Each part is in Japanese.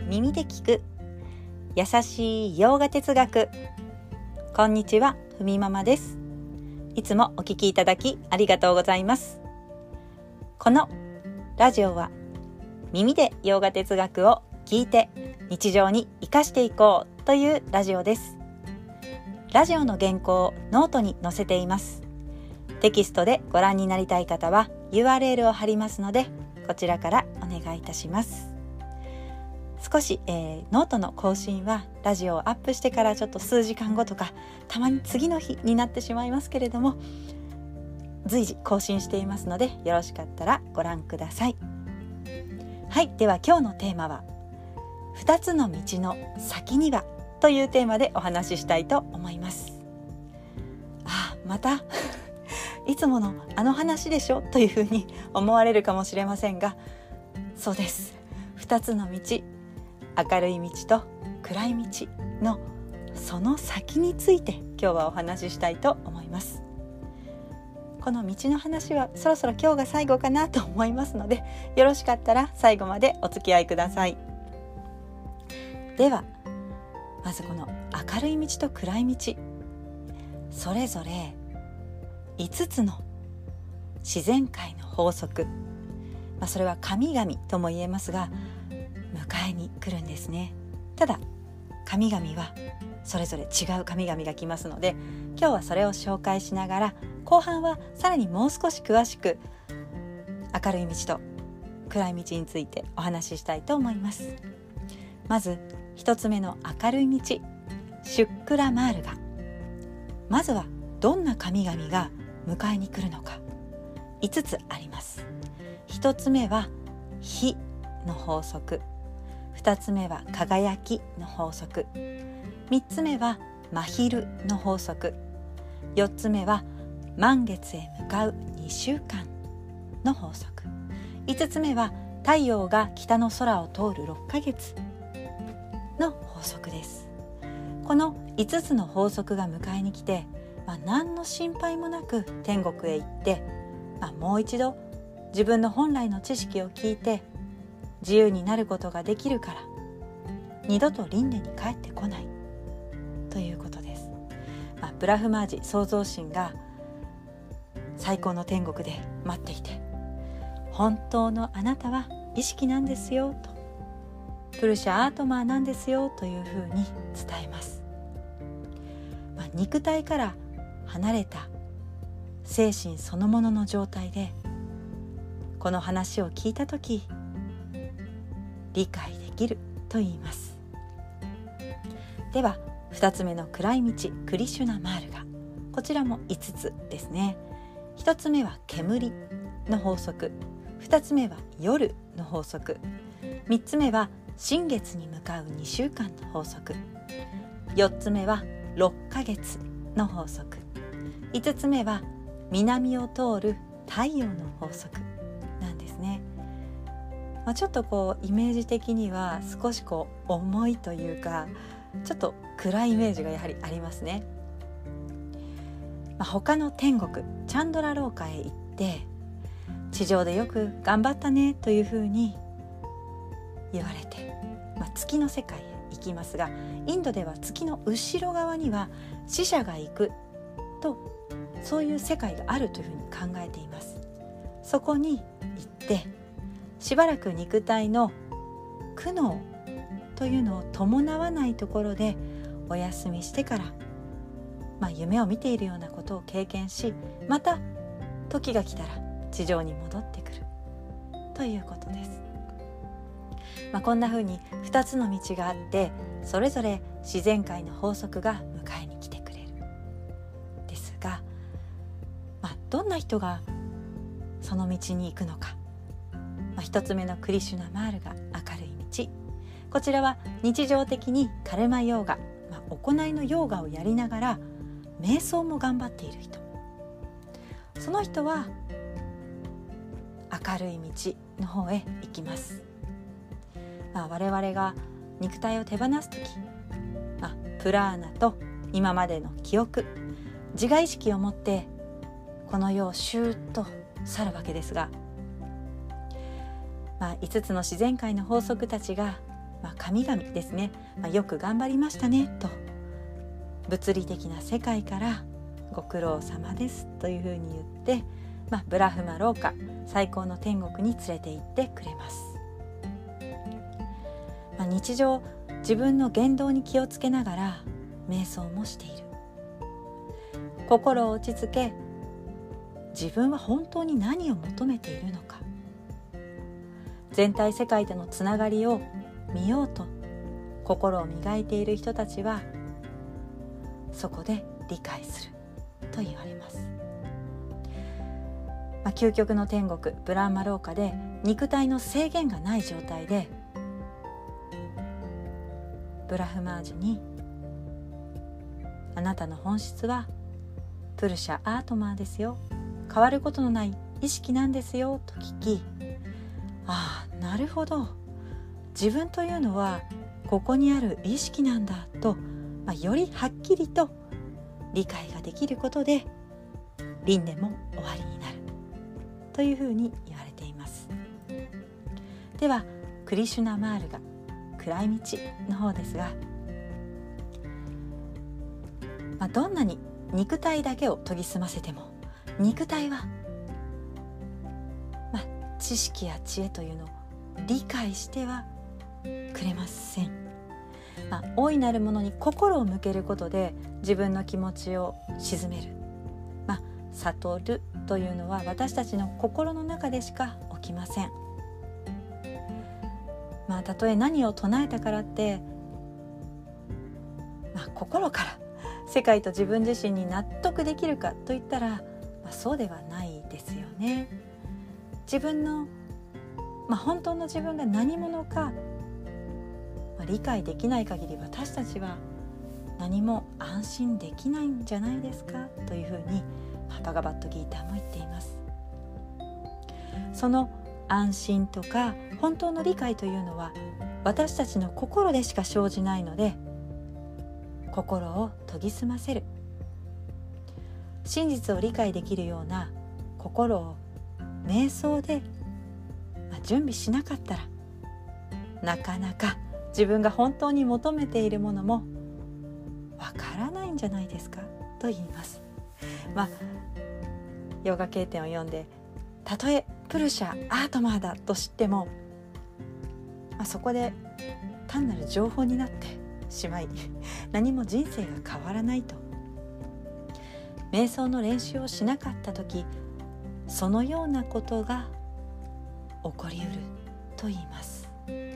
耳で聞く優しい洋画哲学。こんにちは、ふみママです。いつもお聞きいただきありがとうございます。このラジオは耳で洋画哲学を聞いて日常に生かしていこうというラジオです。ラジオの原稿をノートに載せています。テキストでご覧になりたい方は URL を貼りますので、こちらからお願いいたします。少し、ノートの更新はラジオをアップしてからちょっと数時間後とか、たまに次の日になってしまいますけれども、随時更新していますので、よろしかったらご覧ください。はい、では今日のテーマは2つの道の先にはというテーマでお話ししたいと思います。またいつものあの話でしょというふうに思われるかもしれませんが、そうです。2つの道、明るい道と暗い道のその先について今日はお話ししたいと思います。この道の話はそろそろ今日が最後かなと思いますので、よろしかったら最後までお付き合いください。ではまずこの明るい道と暗い道、それぞれ5つの自然界の法則、それは神々とも言えますが、迎えに来るんですね。ただ神々はそれぞれ違う神々が来ますので、今日はそれを紹介しながら、後半はさらにもう少し詳しく明るい道と暗い道についてお話ししたいと思います。まず一つ目の明るい道、シュックラマールガ。まずはどんな神々が迎えに来るのか、5つあります。1つ目は火の法則、2つ目は輝きの法則、3つ目は真昼の法則、4つ目は満月へ向かう2週間の法則、5つ目は太陽が北の空を通る6ヶ月の法則です。この5つの法則が迎えに来て、何の心配もなく天国へ行って、もう一度自分の本来の知識を聞いて自由になることができるから、二度と輪廻に帰ってこないということです。ブラフマージ創造神が最高の天国で待っていて、本当のあなたは意識なんですよと、プルシャアートマーなんですよというふうに伝えます。肉体から離れた精神そのものの状態でこの話を聞いたとき、理解できると言います。では2つ目の暗い道、クリシュナマールガ。こちらも5つですね。1つ目は煙の法則、2つ目は夜の法則、3つ目は新月に向かう2週間の法則、4つ目は6ヶ月の法則、5つ目は南を通る太陽の法則なんですね。ちょっとイメージ的には少し重いというか、ちょっと暗いイメージがやはりありますね。他の天国チャンドラローカへ行って、地上でよく頑張ったねというふうに言われて、月の世界へ行きますが、インドでは月の後ろ側には死者が行くと、そういう世界があるというふうに考えています。そこに行ってしばらく肉体の苦悩というのを伴わないところでお休みしてから、夢を見ているようなことを経験し、また時が来たら地上に戻ってくるということです。こんな風に2つの道があって、それぞれ自然界の法則が迎えに来てくれるですが、どんな人がその道に行くのか。1つ目のクリシュナマールが明るい道、こちらは日常的にカルマヨーガ、行いのヨーガをやりながら瞑想も頑張っている人、その人は明るい道の方へ行きます。我々が肉体を手放すとき、プラーナと今までの記憶、自我意識を持ってこの世をシューッと去るわけですが、5つの自然界の法則たちが神々ですね、よく頑張りましたねと、物理的な世界からご苦労様ですというふうに言って、ブラフマローカ、最高の天国に連れて行ってくれます。日常自分の言動に気をつけながら瞑想もしている。心を落ち着け、自分は本当に何を求めているのか、全体世界とのつながりを見ようと心を磨いている人たちはそこで理解すると言われます。究極の天国ブラーマローカで肉体の制限がない状態でブラフマージュに、あなたの本質はプルシャアートマーですよ、変わることのない意識なんですよと聞き、なるほど、自分というのはここにある意識なんだと、よりはっきりと理解ができることで輪廻も終わりになるというふうに言われています。ではクリシュナマールガ、暗い道の方ですが、どんなに肉体だけを研ぎ澄ませても肉体は、知識や知恵というのを理解してはくれません。大いなるものに心を向けることで自分の気持ちを鎮める、悟るというのは私たちの心の中でしか起きません。たとえ何を唱えたからって、心から世界と自分自身に納得できるかといったら、そうではないですよね。自分の、本当の自分が何者か、理解できない限り私たちは何も安心できないんじゃないですかというふうにバガバットギーターも言っています。その安心とか本当の理解というのは私たちの心でしか生じないので、心を研ぎ澄ませる、真実を理解できるような心を瞑想で、準備しなかったらなかなか自分が本当に求めているものもわからないんじゃないですかと言います。ヨガ経典を読んで、たとえプルシャアートマーだと知っても、そこで単なる情報になってしまい何も人生が変わらないと。瞑想の練習をしなかった時、そのようなことが起こりうると言います。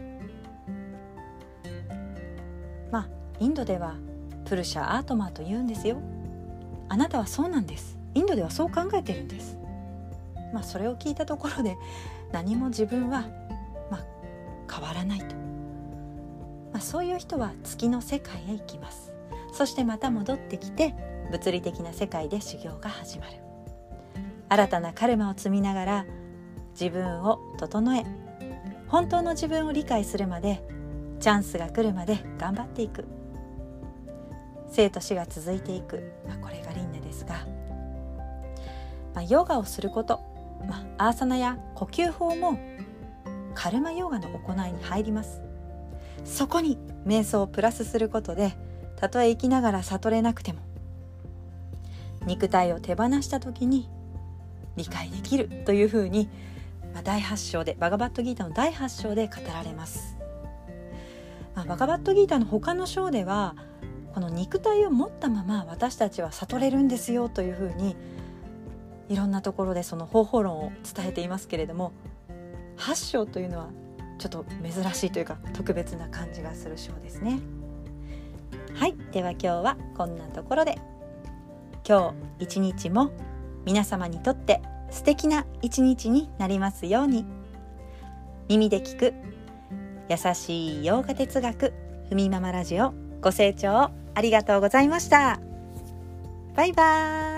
インドではプルシャアートマーと言うんですよ。あなたはそうなんです。インドではそう考えてるんです。それを聞いたところで何も自分は、変わらないと、そういう人は月の世界へ行きます。そしてまた戻ってきて物理的な世界で修行が始まる。新たなカルマを積みながら自分を整え、本当の自分を理解するまで、チャンスが来るまで頑張っていく。生と死が続いていく、これが輪廻ですが、ヨガをすること、アーサナや呼吸法もカルマヨガの行いに入ります。そこに瞑想をプラスすることで、たとえ生きながら悟れなくても肉体を手放した時に理解できるというふうに、第8章でバガバットギータの第8章で語られます。バガバットギータの他の章では、この肉体を持ったまま私たちは悟れるんですよというふうにいろんなところでその方法論を伝えていますけれども、8章というのはちょっと珍しいというか特別な感じがする章ですね。はい、では今日はこんなところで、今日一日も皆様にとって素敵な一日になりますように。耳で聞く優しいヨガ哲学、ふみママラジオ、ご清聴ありがとうございました。バイバーイ。